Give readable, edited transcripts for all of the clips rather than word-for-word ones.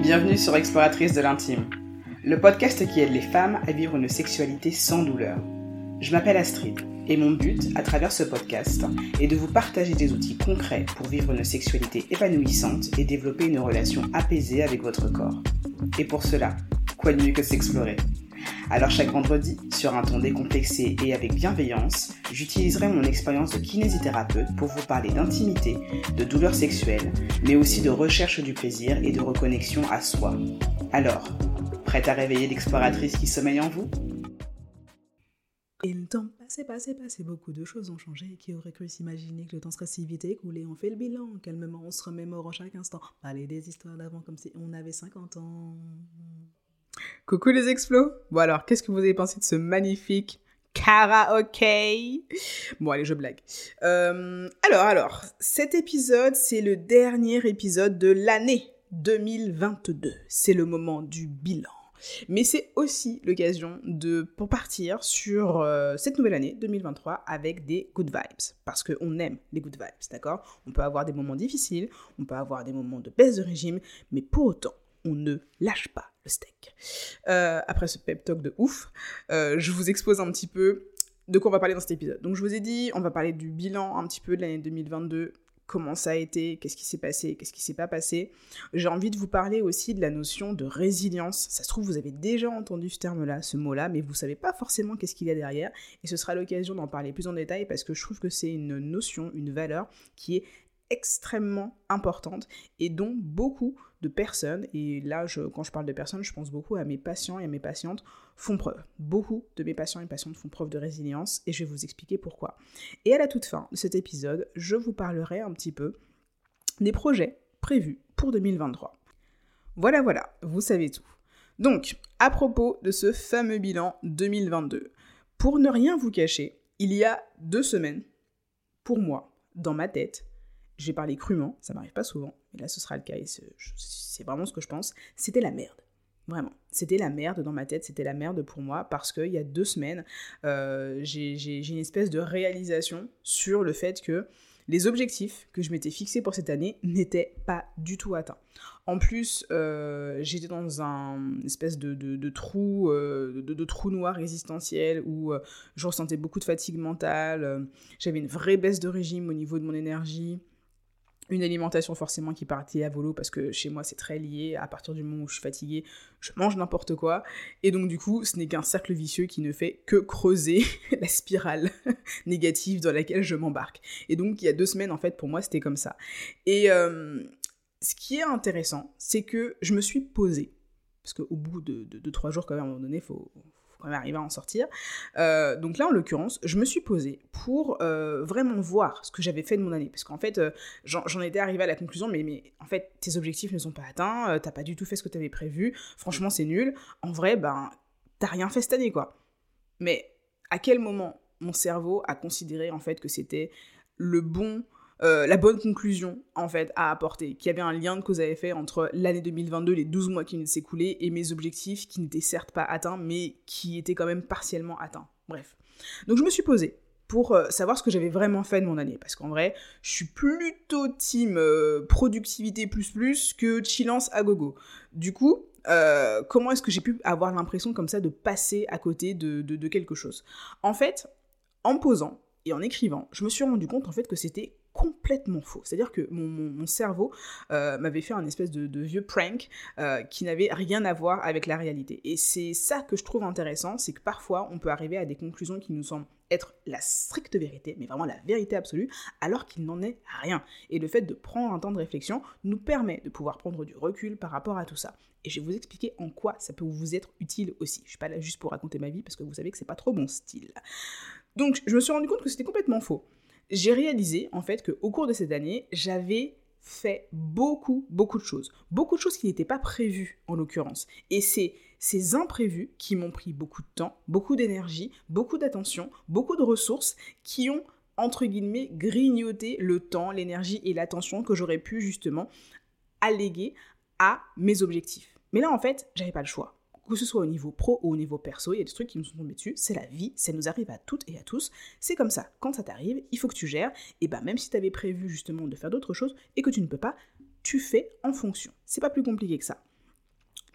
Bienvenue sur Exploratrice de l'intime, le podcast qui aide les femmes à vivre une sexualité sans douleur. Je m'appelle Astrid et mon but, à travers ce podcast, est de vous partager des outils concrets pour vivre une sexualité épanouissante et développer une relation apaisée avec votre corps. Et pour cela, quoi de mieux que s'explorer ? Alors chaque vendredi, sur un ton décomplexé et avec bienveillance, j'utiliserai mon expérience de kinésithérapeute pour vous parler d'intimité, de douleurs sexuelles, mais aussi de recherche du plaisir et de reconnexion à soi. Alors, prête à réveiller l'exploratrice qui sommeille en vous ? Et le temps passé, beaucoup de choses ont changé. Qui aurait cru s'imaginer que le temps serait si vite écoulé? On fait le bilan, calmement, on se remémore en chaque instant. Parler des histoires d'avant comme si on avait 50 ans. Coucou les explos. Bon alors, qu'est-ce que vous avez pensé de ce magnifique karaoké? Bon allez, je blague. Alors, cet épisode, c'est le dernier épisode de l'année 2022. C'est le moment du bilan. Mais c'est aussi l'occasion pour partir sur cette nouvelle année 2023 avec des good vibes. Parce qu'on aime les good vibes, d'accord ? On peut avoir des moments difficiles, on peut avoir des moments de baisse de régime, mais pour autant, on ne lâche pas le steak. Après ce pep talk de ouf, je vous expose un petit peu de quoi on va parler dans cet épisode. Donc je vous ai dit, on va parler du bilan un petit peu de l'année 2022, comment ça a été, qu'est-ce qui s'est passé, qu'est-ce qui s'est pas passé. J'ai envie de vous parler aussi de la notion de résilience. Ça se trouve, vous avez déjà entendu ce terme-là, ce mot-là, mais vous savez pas forcément qu'est-ce qu'il y a derrière. Et ce sera l'occasion d'en parler plus en détail parce que je trouve que c'est une notion, une valeur qui est extrêmement importante et dont beaucoup de personnes, et là quand je parle de personnes, je pense beaucoup à mes patients et à mes patientes, font preuve. Beaucoup de mes patients et patientes font preuve de résilience et je vais vous expliquer pourquoi. Et à la toute fin de cet épisode, je vous parlerai un petit peu des projets prévus pour 2023. Voilà, vous savez tout. Donc, à propos de ce fameux bilan 2022, pour ne rien vous cacher, il y a 2 semaines, pour moi, dans ma tête, je vais parler crûment, ça m'arrive pas souvent, mais là ce sera le cas et c'est vraiment ce que je pense, c'était la merde. Vraiment, c'était la merde dans ma tête, c'était la merde pour moi parce qu'il y a 2 semaines, j'ai une espèce de réalisation sur le fait que les objectifs que je m'étais fixés pour cette année n'étaient pas du tout atteints. En plus, j'étais dans un espèce de trou noir existentiel où je ressentais beaucoup de fatigue mentale, j'avais une vraie baisse de régime au niveau de mon énergie, une alimentation forcément qui partait à volo parce que chez moi c'est très lié, à partir du moment où je suis fatiguée, je mange n'importe quoi, et donc du coup ce n'est qu'un cercle vicieux qui ne fait que creuser la spirale négative dans laquelle je m'embarque. Et donc il y a 2 semaines en fait pour moi c'était comme ça. Et ce qui est intéressant, c'est que je me suis posée, parce qu'au bout de 3 jours quand même à un moment donné, faut quand même arriver à en sortir. Donc là, en l'occurrence, je me suis posée pour vraiment voir ce que j'avais fait de mon année. Parce qu'en fait, j'en étais arrivée à la conclusion, mais en fait, tes objectifs ne sont pas atteints, t'as pas du tout fait ce que t'avais prévu, franchement, c'est nul. En vrai, t'as rien fait cette année, quoi. Mais à quel moment mon cerveau a considéré, en fait, que c'était la bonne conclusion, en fait, à apporter, qu'il y avait un lien de cause à effet entre l'année 2022, les 12 mois qui venaient de s'écouler, et mes objectifs qui n'étaient certes pas atteints, mais qui étaient quand même partiellement atteints. Bref. Donc je me suis posée pour savoir ce que j'avais vraiment fait de mon année, parce qu'en vrai, je suis plutôt team productivité plus que chillance à gogo. Du coup, comment est-ce que j'ai pu avoir l'impression comme ça de passer à côté de quelque chose ? En fait, en me posant et en écrivant, je me suis rendu compte en fait que c'était complètement faux. C'est-à-dire que mon cerveau m'avait fait un espèce de vieux prank qui n'avait rien à voir avec la réalité. Et c'est ça que je trouve intéressant, c'est que parfois on peut arriver à des conclusions qui nous semblent être la stricte vérité, mais vraiment la vérité absolue, alors qu'il n'en est rien. Et le fait de prendre un temps de réflexion nous permet de pouvoir prendre du recul par rapport à tout ça. Et je vais vous expliquer en quoi ça peut vous être utile aussi. Je suis pas là juste pour raconter ma vie, parce que vous savez que c'est pas trop mon style. Donc je me suis rendu compte que c'était complètement faux. J'ai réalisé, en fait, qu'au cours de cette année, j'avais fait beaucoup de choses. Beaucoup de choses qui n'étaient pas prévues, en l'occurrence. Et c'est ces imprévus qui m'ont pris beaucoup de temps, beaucoup d'énergie, beaucoup d'attention, beaucoup de ressources qui ont, entre guillemets, grignoté le temps, l'énergie et l'attention que j'aurais pu, justement, alléguer à mes objectifs. Mais là, en fait, j'avais pas le choix. Que ce soit au niveau pro ou au niveau perso, il y a des trucs qui nous sont tombés dessus, c'est la vie, ça nous arrive à toutes et à tous, c'est comme ça, quand ça t'arrive, il faut que tu gères, et même si tu avais prévu justement de faire d'autres choses, et que tu ne peux pas, tu fais en fonction, c'est pas plus compliqué que ça.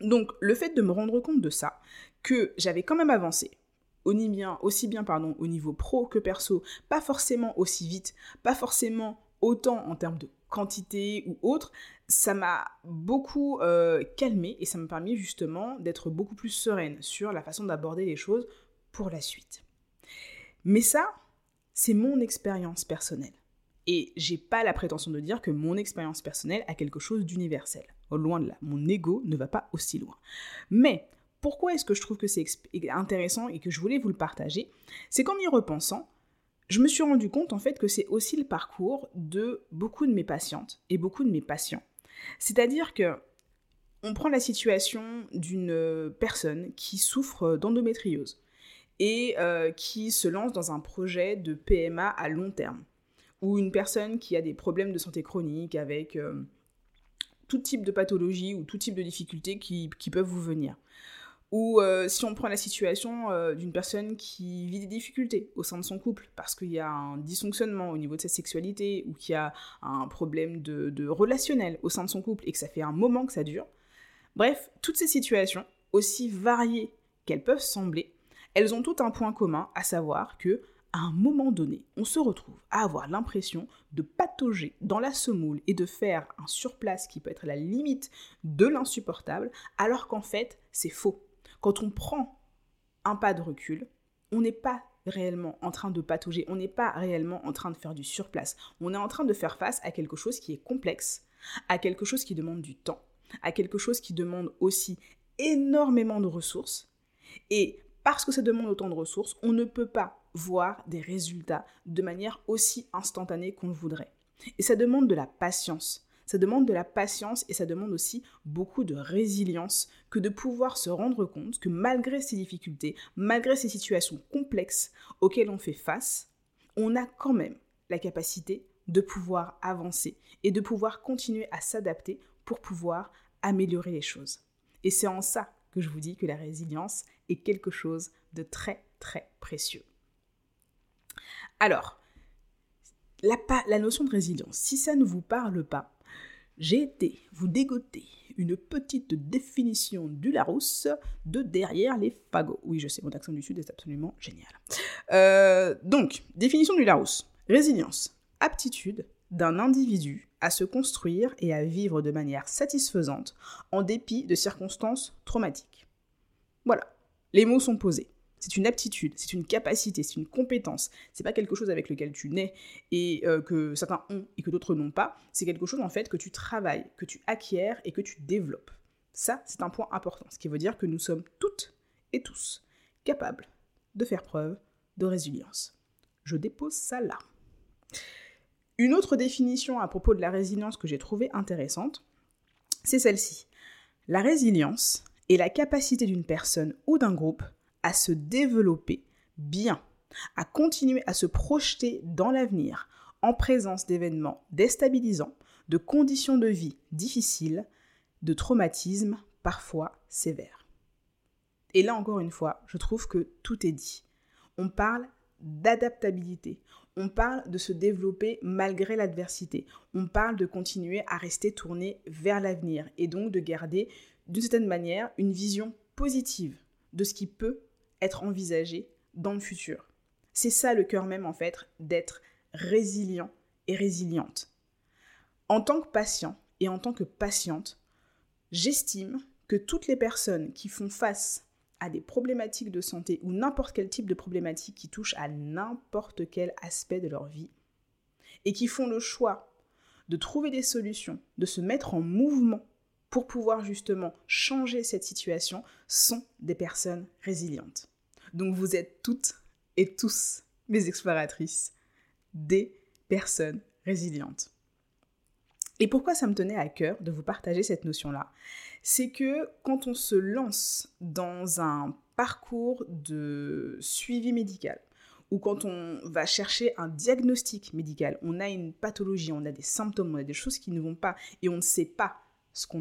Donc, le fait de me rendre compte de ça, que j'avais quand même avancé, aussi bien au niveau pro que perso, pas forcément aussi vite, pas forcément autant en termes de quantité ou autre, ça m'a beaucoup calmée et ça m'a permis justement d'être beaucoup plus sereine sur la façon d'aborder les choses pour la suite. Mais ça, c'est mon expérience personnelle. Et j'ai pas la prétention de dire que mon expérience personnelle a quelque chose d'universel. Loin de là, mon ego ne va pas aussi loin. Mais pourquoi est-ce que je trouve que c'est intéressant et que je voulais vous le partager? C'est qu'en y repensant, je me suis rendu compte en fait que c'est aussi le parcours de beaucoup de mes patientes et beaucoup de mes patients. C'est-à-dire que on prend la situation d'une personne qui souffre d'endométriose et qui se lance dans un projet de PMA à long terme, ou une personne qui a des problèmes de santé chronique avec tout type de pathologie ou tout type de difficultés qui peuvent vous venir. Ou si on prend la situation d'une personne qui vit des difficultés au sein de son couple parce qu'il y a un dysfonctionnement au niveau de sa sexualité ou qu'il y a un problème de relationnel au sein de son couple et que ça fait un moment que ça dure. Bref, toutes ces situations, aussi variées qu'elles peuvent sembler, elles ont toutes un point commun, à savoir que à un moment donné, on se retrouve à avoir l'impression de patauger dans la semoule et de faire un surplace qui peut être la limite de l'insupportable, alors qu'en fait, c'est faux. Quand on prend un pas de recul, on n'est pas réellement en train de patauger, on n'est pas réellement en train de faire du surplace. On est en train de faire face à quelque chose qui est complexe, à quelque chose qui demande du temps, à quelque chose qui demande aussi énormément de ressources. Et parce que ça demande autant de ressources, on ne peut pas voir des résultats de manière aussi instantanée qu'on le voudrait. Et ça demande de la patience. Ça demande de la patience et ça demande aussi beaucoup de résilience que de pouvoir se rendre compte que malgré ces difficultés, malgré ces situations complexes auxquelles on fait face, on a quand même la capacité de pouvoir avancer et de pouvoir continuer à s'adapter pour pouvoir améliorer les choses. Et c'est en ça que je vous dis que la résilience est quelque chose de très, très précieux. Alors, la notion de résilience, si ça ne vous parle pas, j'ai été vous dégoter une petite définition du Larousse de derrière les fagots. Oui, je sais, mon accent du Sud est absolument génial. Donc, définition du Larousse. Résilience, aptitude d'un individu à se construire et à vivre de manière satisfaisante en dépit de circonstances traumatiques. Voilà, les mots sont posés. C'est une aptitude, c'est une capacité, c'est une compétence. C'est pas quelque chose avec lequel tu nais et que certains ont et que d'autres n'ont pas. C'est quelque chose en fait que tu travailles, que tu acquiers et que tu développes. Ça, c'est un point important. Ce qui veut dire que nous sommes toutes et tous capables de faire preuve de résilience. Je dépose ça là. Une autre définition à propos de la résilience que j'ai trouvée intéressante, c'est celle-ci. La résilience est la capacité d'une personne ou d'un groupe à se développer bien, à continuer à se projeter dans l'avenir en présence d'événements déstabilisants, de conditions de vie difficiles, de traumatismes parfois sévères. Et là encore une fois, je trouve que tout est dit. On parle d'adaptabilité, on parle de se développer malgré l'adversité, on parle de continuer à rester tourné vers l'avenir et donc de garder d'une certaine manière une vision positive de ce qui peut être envisagé dans le futur. C'est ça le cœur même en fait d'être résilient et résiliente. En tant que patient et en tant que patiente, j'estime que toutes les personnes qui font face à des problématiques de santé ou n'importe quel type de problématique qui touche à n'importe quel aspect de leur vie et qui font le choix de trouver des solutions, de se mettre en mouvement pour pouvoir justement changer cette situation sont des personnes résilientes. Donc vous êtes toutes et tous, mes exploratrices, des personnes résilientes. Et pourquoi ça me tenait à cœur de vous partager cette notion-là ? C'est que quand on se lance dans un parcours de suivi médical, ou quand on va chercher un diagnostic médical, on a une pathologie, on a des symptômes, on a des choses qui ne vont pas, et on ne sait pas ce qu'on a.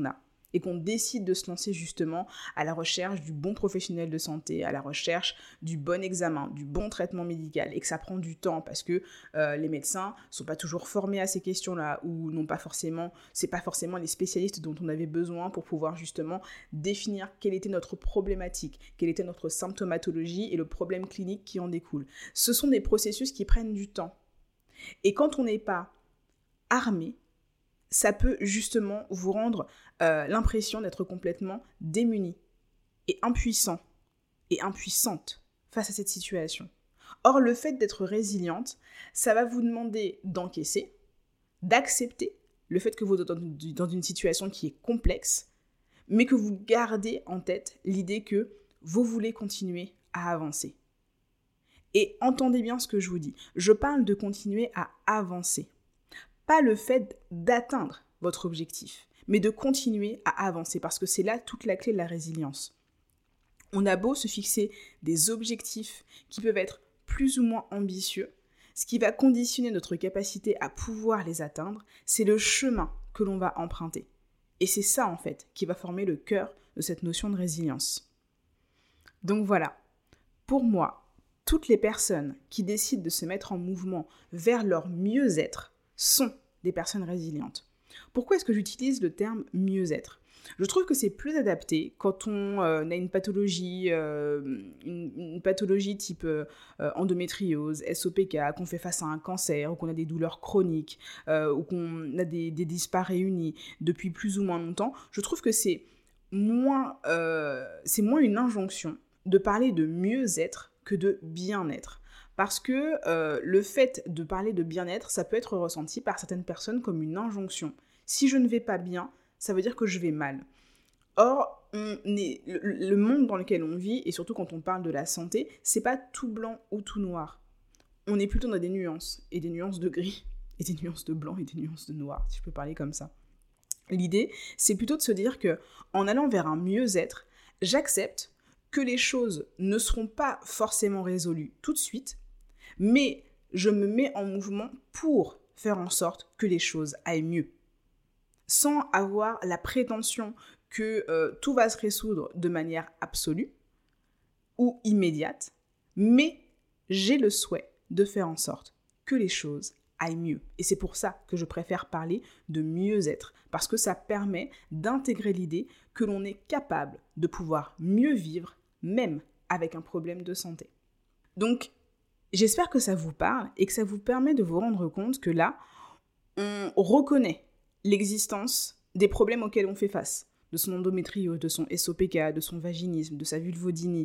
et qu'on décide de se lancer justement à la recherche du bon professionnel de santé, à la recherche du bon examen, du bon traitement médical, et que ça prend du temps parce que les médecins ne sont pas toujours formés à ces questions-là ou c'est pas forcément les spécialistes dont on avait besoin pour pouvoir justement définir quelle était notre problématique, quelle était notre symptomatologie et le problème clinique qui en découle. Ce sont des processus qui prennent du temps. Et quand on n'est pas armé, ça peut justement vous rendre l'impression d'être complètement démuni et impuissant et impuissante face à cette situation. Or, le fait d'être résiliente, ça va vous demander d'encaisser, d'accepter le fait que vous êtes dans une situation qui est complexe, mais que vous gardez en tête l'idée que vous voulez continuer à avancer. Et entendez bien ce que je vous dis. Je parle de continuer à avancer. Pas le fait d'atteindre votre objectif, mais de continuer à avancer, parce que c'est là toute la clé de la résilience. On a beau se fixer des objectifs qui peuvent être plus ou moins ambitieux, ce qui va conditionner notre capacité à pouvoir les atteindre, c'est le chemin que l'on va emprunter. Et c'est ça, en fait, qui va former le cœur de cette notion de résilience. Donc voilà, pour moi, toutes les personnes qui décident de se mettre en mouvement vers leur mieux-être sont des personnes résilientes. Pourquoi est-ce que j'utilise le terme mieux-être ? Je trouve que c'est plus adapté quand on a une pathologie type endométriose, SOPK, qu'on fait face à un cancer, ou qu'on a des douleurs chroniques, ou qu'on a des dyspares réunis depuis plus ou moins longtemps. Je trouve que c'est moins une injonction de parler de mieux-être que de bien-être. Parce que le fait de parler de bien-être, ça peut être ressenti par certaines personnes comme une injonction. Si je ne vais pas bien, ça veut dire que je vais mal. Or, le monde dans lequel on vit, et surtout quand on parle de la santé, c'est pas tout blanc ou tout noir. On est plutôt dans des nuances, et des nuances de gris, et des nuances de blanc, et des nuances de noir, si je peux parler comme ça. L'idée, c'est plutôt de se dire que, en allant vers un mieux-être, j'accepte que les choses ne seront pas forcément résolues tout de suite, mais je me mets en mouvement pour faire en sorte que les choses aillent mieux. Sans avoir la prétention que tout va se résoudre de manière absolue ou immédiate, mais j'ai le souhait de faire en sorte que les choses aillent mieux. Et c'est pour ça que je préfère parler de mieux-être, parce que ça permet d'intégrer l'idée que l'on est capable de pouvoir mieux vivre, même avec un problème de santé. Donc, j'espère que ça vous parle et que ça vous permet de vous rendre compte que là, on reconnaît l'existence des problèmes auxquels on fait face, de son endométriose, de son SOPK, de son vaginisme, de sa vulvodynie,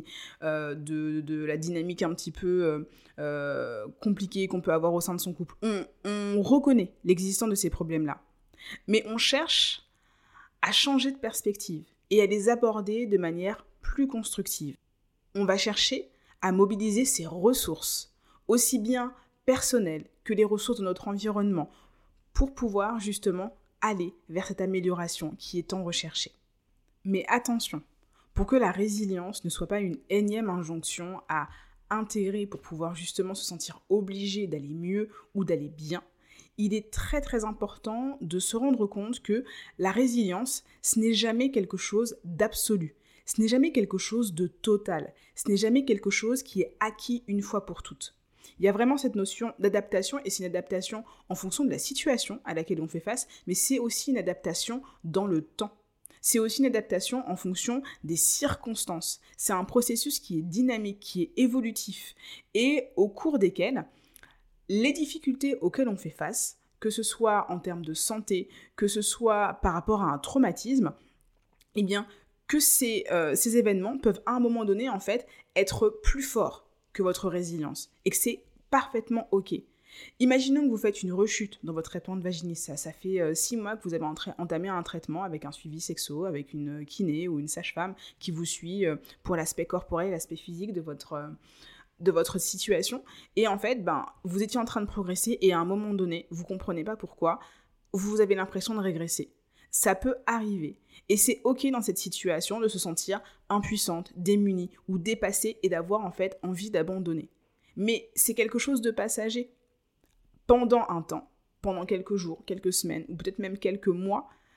de la dynamique un petit peu compliquée qu'on peut avoir au sein de son couple. On reconnaît l'existence de ces problèmes-là, mais on cherche à changer de perspective et à les aborder de manière plus constructive. On va chercher à mobiliser ses ressources, aussi bien personnelles que les ressources de notre environnement, pour pouvoir justement aller vers cette amélioration qui est tant recherchée. Mais attention, pour que la résilience ne soit pas une énième injonction à intégrer pour pouvoir justement se sentir obligé d'aller mieux ou d'aller bien, il est très très important de se rendre compte que la résilience, ce n'est jamais quelque chose d'absolu, ce n'est jamais quelque chose de total, ce n'est jamais quelque chose qui est acquis une fois pour toutes. Il y a vraiment cette notion d'adaptation, et c'est une adaptation en fonction de la situation à laquelle on fait face, mais c'est aussi une adaptation dans le temps. C'est aussi une adaptation en fonction des circonstances. C'est un processus qui est dynamique, qui est évolutif, et au cours desquels les difficultés auxquelles on fait face, que ce soit en termes de santé, que ce soit par rapport à un traumatisme, eh bien, que ces événements peuvent à un moment donné, en fait, être plus forts que votre résilience, et que c'est parfaitement ok. Imaginons que vous faites une rechute dans votre traitement de vaginisme. Ça fait 6 mois que vous avez entamé un traitement avec un suivi sexo, avec une kiné ou une sage-femme qui vous suit pour l'aspect corporel, l'aspect physique de votre situation. Et en fait, vous étiez en train de progresser et à un moment donné, vous ne comprenez pas pourquoi, vous avez l'impression de régresser. Ça peut arriver. Et c'est ok dans cette situation de se sentir impuissante, démunie ou dépassée et d'avoir en fait envie d'abandonner. Mais c'est quelque chose de passager. Pendant un temps, pendant quelques jours, quelques semaines ou peut-être même quelques mois,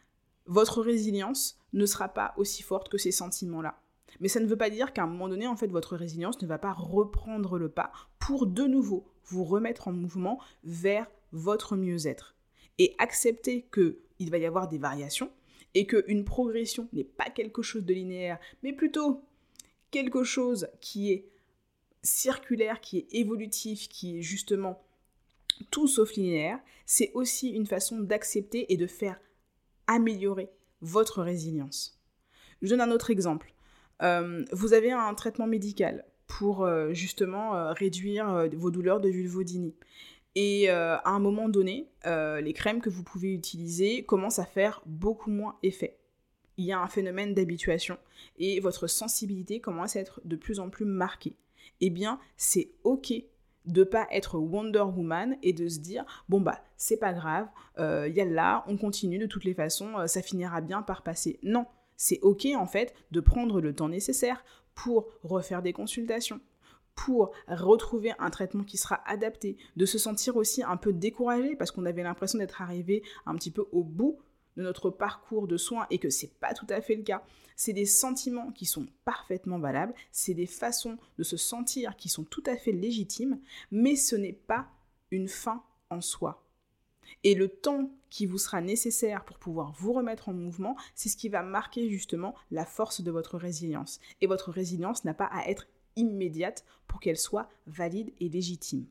votre résilience ne sera pas aussi forte que ces sentiments-là. Mais ça ne veut pas dire qu'à un moment donné, en fait, votre résilience ne va pas reprendre le pas pour de nouveau vous remettre en mouvement vers votre mieux-être. Et accepter qu'il va y avoir des variations et qu'une progression n'est pas quelque chose de linéaire, mais plutôt quelque chose qui est circulaire, qui est évolutif, qui est justement tout sauf linéaire, c'est aussi une façon d'accepter et de faire améliorer votre résilience. Je donne un autre exemple. Vous avez un traitement médical pour justement réduire vos douleurs de vulvodynie. Et à un moment donné, les crèmes que vous pouvez utiliser commencent à faire beaucoup moins effet. Il y a un phénomène d'habituation et votre sensibilité commence à être de plus en plus marquée. Eh bien, c'est ok de pas être Wonder Woman et de se dire bon bah c'est pas grave, yallah, on continue de toutes les façons, ça finira bien par passer. Non, c'est ok en fait de prendre le temps nécessaire pour refaire des consultations, pour retrouver un traitement qui sera adapté, de se sentir aussi un peu découragé parce qu'on avait l'impression d'être arrivé un petit peu au bout de notre parcours de soins et que c'est pas tout à fait le cas. C'est des sentiments qui sont parfaitement valables, c'est des façons de se sentir qui sont tout à fait légitimes, mais ce n'est pas une fin en soi. Et le temps qui vous sera nécessaire pour pouvoir vous remettre en mouvement, c'est ce qui va marquer justement la force de votre résilience. Et votre résilience n'a pas à être immédiate pour qu'elle soit valide et légitime.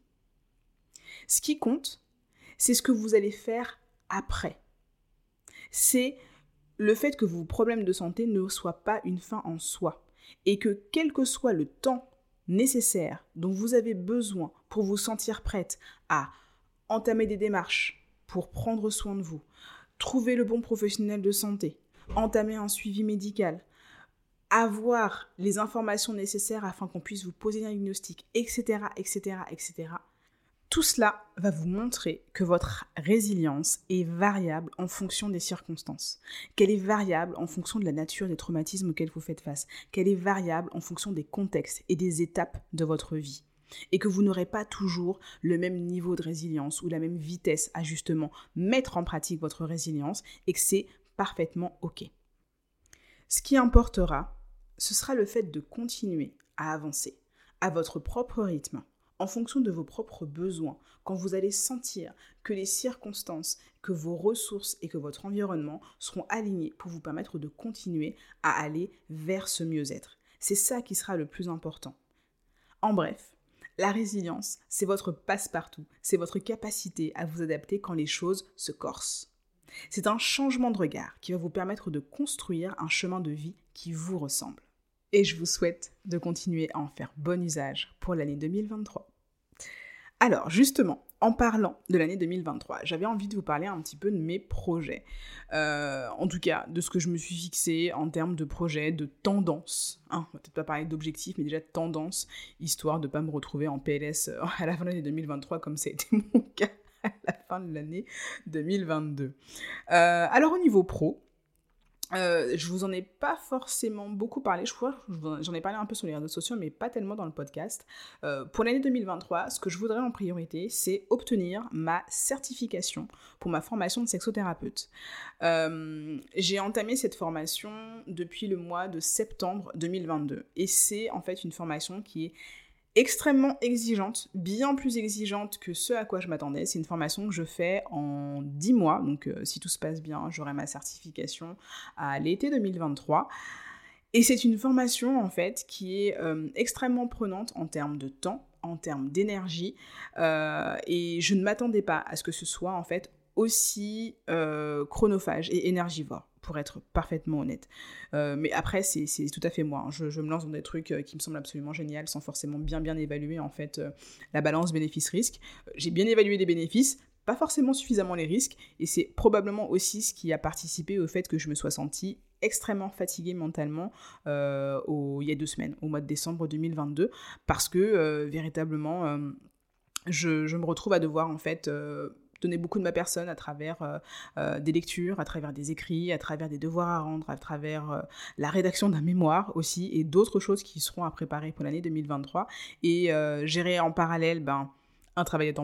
Ce qui compte, c'est ce que vous allez faire après. C'est le fait que vos problèmes de santé ne soient pas une fin en soi et que quel que soit le temps nécessaire dont vous avez besoin pour vous sentir prête à entamer des démarches pour prendre soin de vous, trouver le bon professionnel de santé, entamer un suivi médical, avoir les informations nécessaires afin qu'on puisse vous poser un diagnostic, etc., etc., etc., tout cela va vous montrer que votre résilience est variable en fonction des circonstances, qu'elle est variable en fonction de la nature des traumatismes auxquels vous faites face, qu'elle est variable en fonction des contextes et des étapes de votre vie, et que vous n'aurez pas toujours le même niveau de résilience ou la même vitesse à justement mettre en pratique votre résilience et que c'est parfaitement ok. Ce qui importera, ce sera le fait de continuer à avancer à votre propre rythme, en fonction de vos propres besoins, quand vous allez sentir que les circonstances, que vos ressources et que votre environnement seront alignés pour vous permettre de continuer à aller vers ce mieux-être. C'est ça qui sera le plus important. En bref, la résilience, c'est votre passe-partout, c'est votre capacité à vous adapter quand les choses se corsent. C'est un changement de regard qui va vous permettre de construire un chemin de vie qui vous ressemble. Et je vous souhaite de continuer à en faire bon usage pour l'année 2023. Alors justement, en parlant de l'année 2023, j'avais envie de vous parler un petit peu de mes projets. En tout cas, de ce que je me suis fixé en termes de projets, de tendances. On va peut-être pas parler d'objectifs, mais déjà de tendances, histoire de ne pas me retrouver en PLS à la fin de l'année 2023 comme ça a été mon cas à la fin de l'année 2022. Alors au niveau pro, je vous en ai pas forcément beaucoup parlé, je crois que j'en ai parlé un peu sur les réseaux sociaux, mais pas tellement dans le podcast. Pour l'année 2023, ce que je voudrais en priorité, c'est obtenir ma certification pour ma formation de sexothérapeute. J'ai entamé cette formation depuis le mois de septembre 2022, et c'est en fait une formation qui est extrêmement exigeante, bien plus exigeante que ce à quoi je m'attendais. C'est une formation que je fais en 10 mois, donc si tout se passe bien, j'aurai ma certification à l'été 2023. Et c'est une formation en fait qui est extrêmement prenante en termes de temps, en termes d'énergie, et je ne m'attendais pas à ce que ce soit en fait aussi chronophage et énergivore, pour être parfaitement honnête. Mais après, c'est tout à fait moi. Je me lance dans des trucs qui me semblent absolument géniaux, sans forcément bien évaluer en fait la balance bénéfice-risque. J'ai bien évalué les bénéfices, pas forcément suffisamment les risques, et c'est probablement aussi ce qui a participé au fait que je me sois sentie extrêmement fatiguée mentalement il y a 2 semaines, au mois de décembre 2022, parce que véritablement, je me retrouve à devoir en fait donner beaucoup de ma personne à travers des lectures, à travers des écrits, à travers des devoirs à rendre, à travers la rédaction d'un mémoire aussi, et d'autres choses qui seront à préparer pour l'année 2023, et gérer en parallèle un travail à temps plein,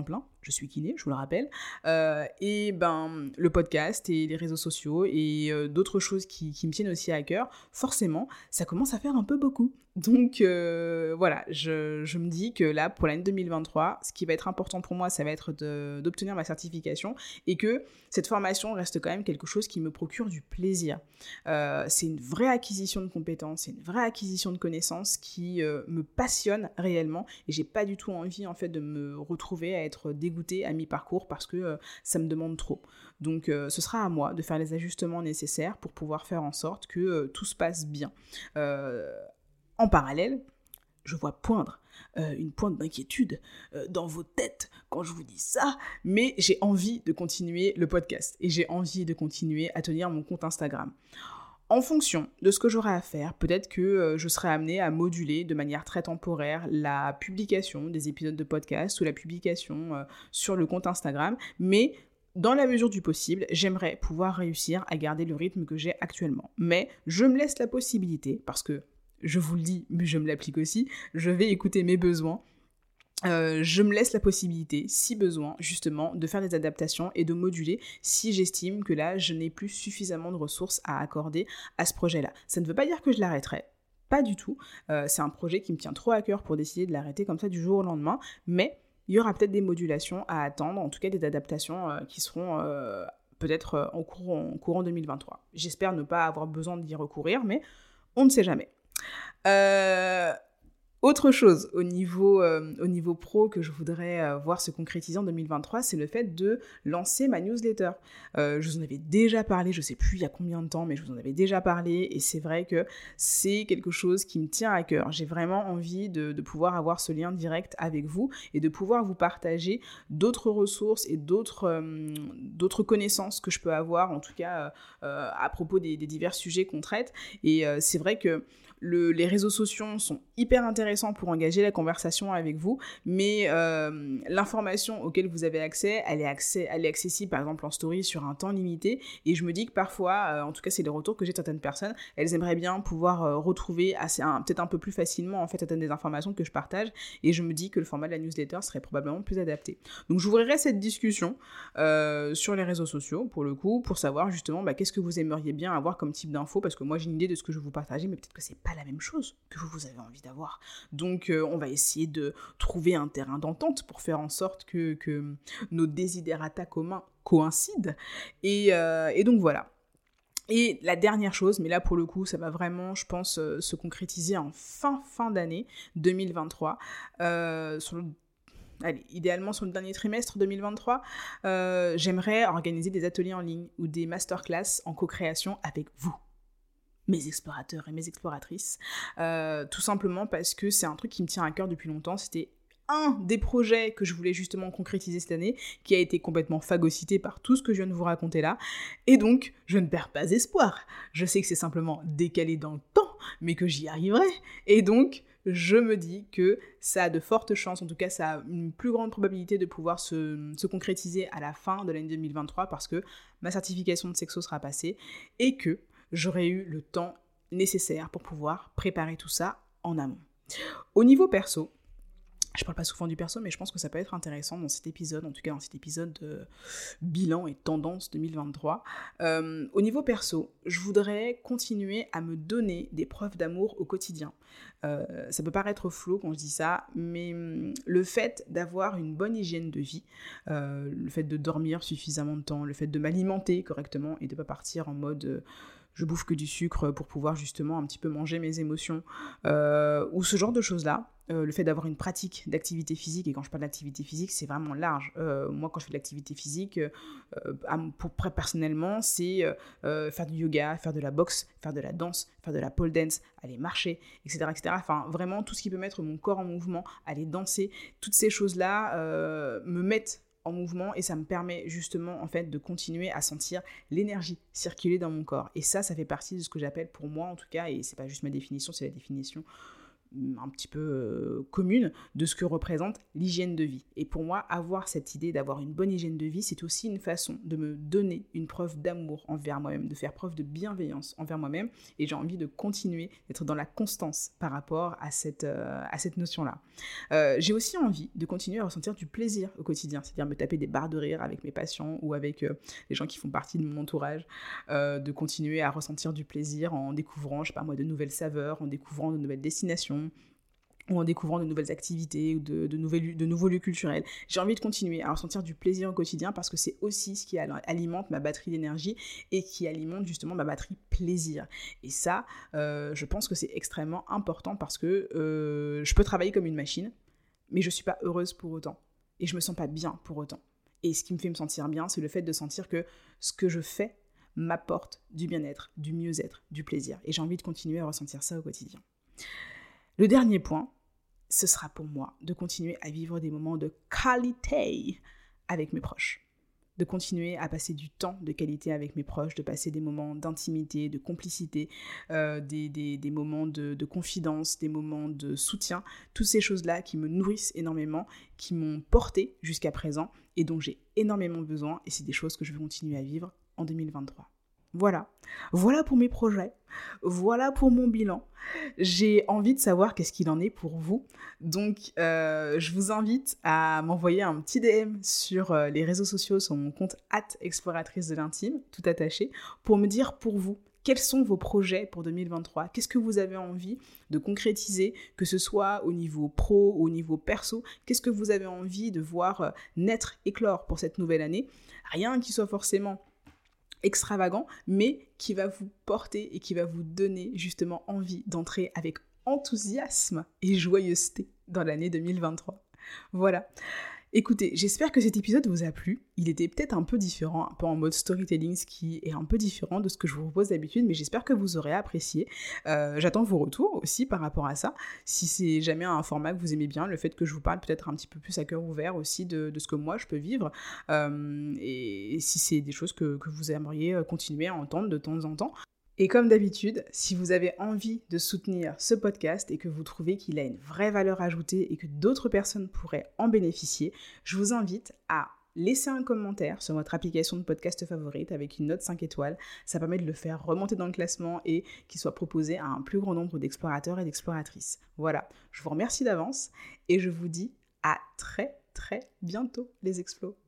je suis kiné, je vous le rappelle, et ben le podcast et les réseaux sociaux et d'autres choses qui me tiennent aussi à cœur, forcément, ça commence à faire un peu beaucoup. Donc voilà, je me dis que là, pour l'année 2023, ce qui va être important pour moi, ça va être d'obtenir ma certification et que cette formation reste quand même quelque chose qui me procure du plaisir. C'est une vraie acquisition de compétences, c'est une vraie acquisition de connaissances qui me passionne réellement et j'ai pas du tout envie en fait de me retrouver à être dégoûtée à mi-parcours parce que ça me demande trop. Donc ce sera à moi de faire les ajustements nécessaires pour pouvoir faire en sorte que tout se passe bien. En parallèle, je vois poindre une pointe d'inquiétude dans vos têtes quand je vous dis ça, mais j'ai envie de continuer le podcast et j'ai envie de continuer à tenir mon compte Instagram. En fonction de ce que j'aurai à faire, peut-être que je serai amenée à moduler de manière très temporaire la publication des épisodes de podcast ou la publication sur le compte Instagram, mais dans la mesure du possible, j'aimerais pouvoir réussir à garder le rythme que j'ai actuellement. Mais je me laisse la possibilité, parce que je vous le dis, mais je me l'applique aussi, je vais écouter mes besoins. Je me laisse la possibilité, si besoin, justement, de faire des adaptations et de moduler si j'estime que là, je n'ai plus suffisamment de ressources à accorder à ce projet-là. Ça ne veut pas dire que je l'arrêterai, pas du tout. C'est un projet qui me tient trop à cœur pour décider de l'arrêter comme ça du jour au lendemain, mais il y aura peut-être des modulations à attendre, en tout cas des adaptations qui seront peut-être en courant 2023. J'espère ne pas avoir besoin d'y recourir, mais on ne sait jamais. Autre chose au niveau pro que je voudrais voir se concrétiser en 2023, c'est le fait de lancer ma newsletter. Je vous en avais déjà parlé, je ne sais plus il y a combien de temps, mais je vous en avais déjà parlé et c'est vrai que c'est quelque chose qui me tient à cœur. J'ai vraiment envie de pouvoir avoir ce lien direct avec vous et de pouvoir vous partager d'autres ressources et d'autres connaissances que je peux avoir, en tout cas à propos des divers sujets qu'on traite. Et c'est vrai que les réseaux sociaux sont hyper intéressants pour engager la conversation avec vous, mais l'information auquel vous avez accès, elle est accessible par exemple en story sur un temps limité, et je me dis que parfois, en tout cas c'est les retours que j'ai de certaines personnes, elles aimeraient bien pouvoir retrouver peut-être un peu plus facilement en fait certaines des informations que je partage, et je me dis que le format de la newsletter serait probablement plus adapté. Donc j'ouvrirai cette discussion sur les réseaux sociaux pour le coup, pour savoir justement qu'est-ce que vous aimeriez bien avoir comme type d'infos, parce que moi j'ai une idée de ce que je vais vous partager, mais peut-être que c'est pas la même chose que vous avez envie d'avoir. Donc on va essayer de trouver un terrain d'entente pour faire en sorte que nos desiderata communs coïncident. Et donc voilà. Et la dernière chose, mais là pour le coup ça va vraiment je pense se concrétiser en fin d'année 2023, idéalement sur le dernier trimestre 2023, j'aimerais organiser des ateliers en ligne ou des masterclass en co-création avec vous, mes explorateurs et mes exploratrices, tout simplement parce que c'est un truc qui me tient à cœur depuis longtemps. C'était un des projets que je voulais justement concrétiser cette année, qui a été complètement phagocyté par tout ce que je viens de vous raconter là, et donc je ne perds pas espoir. Je sais que c'est simplement décalé dans le temps, mais que j'y arriverai, et donc je me dis que ça a de fortes chances, en tout cas ça a une plus grande probabilité de pouvoir se concrétiser à la fin de l'année 2023, parce que ma certification de sexo sera passée, et que j'aurais eu le temps nécessaire pour pouvoir préparer tout ça en amont. Au niveau perso, je parle pas souvent du perso, mais je pense que ça peut être intéressant dans cet épisode, en tout cas dans cet épisode de bilan et tendance 2023. Au niveau perso, je voudrais continuer à me donner des preuves d'amour au quotidien. Ça peut paraître flou quand je dis ça, mais le fait d'avoir une bonne hygiène de vie, le fait de dormir suffisamment de temps, le fait de m'alimenter correctement et de pas partir en mode je bouffe que du sucre pour pouvoir justement un petit peu manger mes émotions, ou ce genre de choses-là. Le fait d'avoir une pratique d'activité physique, et quand je parle d'activité physique, c'est vraiment large. Moi, quand je fais de l'activité physique, personnellement, c'est faire du yoga, faire de la boxe, faire de la danse, faire de la pole dance, aller marcher, etc., etc. Enfin, vraiment, tout ce qui peut mettre mon corps en mouvement, aller danser, toutes ces choses-là me mettent en mouvement, et ça me permet justement en fait de continuer à sentir l'énergie circuler dans mon corps. Et ça fait partie de ce que j'appelle pour moi en tout cas, et c'est pas juste ma définition, c'est la définition un petit peu commune de ce que représente l'hygiène de vie. Et pour moi, avoir cette idée d'avoir une bonne hygiène de vie, c'est aussi une façon de me donner une preuve d'amour envers moi-même, de faire preuve de bienveillance envers moi-même. Et j'ai envie de continuer d'être dans la constance par rapport à cette notion-là. J'ai aussi envie de continuer à ressentir du plaisir au quotidien, c'est-à-dire me taper des barres de rire avec mes patients ou avec les gens qui font partie de mon entourage, de continuer à ressentir du plaisir en découvrant, je sais pas moi, de nouvelles saveurs, en découvrant de nouvelles destinations, ou en découvrant de nouvelles activités ou de nouveaux lieux culturels. J'ai envie de continuer à ressentir du plaisir au quotidien parce que c'est aussi ce qui alimente ma batterie d'énergie et qui alimente justement ma batterie plaisir. Et ça, je pense que c'est extrêmement important parce que je peux travailler comme une machine, mais je ne suis pas heureuse pour autant. Et je ne me sens pas bien pour autant. Et ce qui me fait me sentir bien, c'est le fait de sentir que ce que je fais m'apporte du bien-être, du mieux-être, du plaisir. Et j'ai envie de continuer à ressentir ça au quotidien. Le dernier point, ce sera pour moi de continuer à vivre des moments de qualité avec mes proches. De continuer à passer du temps de qualité avec mes proches, de passer des moments d'intimité, de complicité, des moments de confidence, des moments de soutien, toutes ces choses-là qui me nourrissent énormément, qui m'ont porté jusqu'à présent et dont j'ai énormément besoin, et c'est des choses que je veux continuer à vivre en 2023. Voilà pour mes projets, voilà pour mon bilan. J'ai envie de savoir qu'est-ce qu'il en est pour vous. Donc, je vous invite à m'envoyer un petit DM sur les réseaux sociaux, sur mon compte @exploratrice de l'intime, tout attaché, pour me dire pour vous, quels sont vos projets pour 2023 ? Qu'est-ce que vous avez envie de concrétiser, que ce soit au niveau pro, au niveau perso ? Qu'est-ce que vous avez envie de voir naître, éclore pour cette nouvelle année ? Rien qui soit forcément extravagant, mais qui va vous porter et qui va vous donner justement envie d'entrer avec enthousiasme et joyeuseté dans l'année 2023. Voilà. Écoutez, j'espère que cet épisode vous a plu. Il était peut-être un peu différent, un peu en mode storytelling, ce qui est un peu différent de ce que je vous propose d'habitude, mais j'espère que vous aurez apprécié. J'attends vos retours aussi par rapport à ça. Si c'est jamais un format que vous aimez bien, le fait que je vous parle peut-être un petit peu plus à cœur ouvert aussi de ce que moi je peux vivre, et si c'est des choses que vous aimeriez continuer à entendre de temps en temps. Et comme d'habitude, si vous avez envie de soutenir ce podcast et que vous trouvez qu'il a une vraie valeur ajoutée et que d'autres personnes pourraient en bénéficier, je vous invite à laisser un commentaire sur votre application de podcast favorite avec une note 5 étoiles. Ça permet de le faire remonter dans le classement et qu'il soit proposé à un plus grand nombre d'explorateurs et d'exploratrices. Voilà, je vous remercie d'avance et je vous dis à très très bientôt les explos.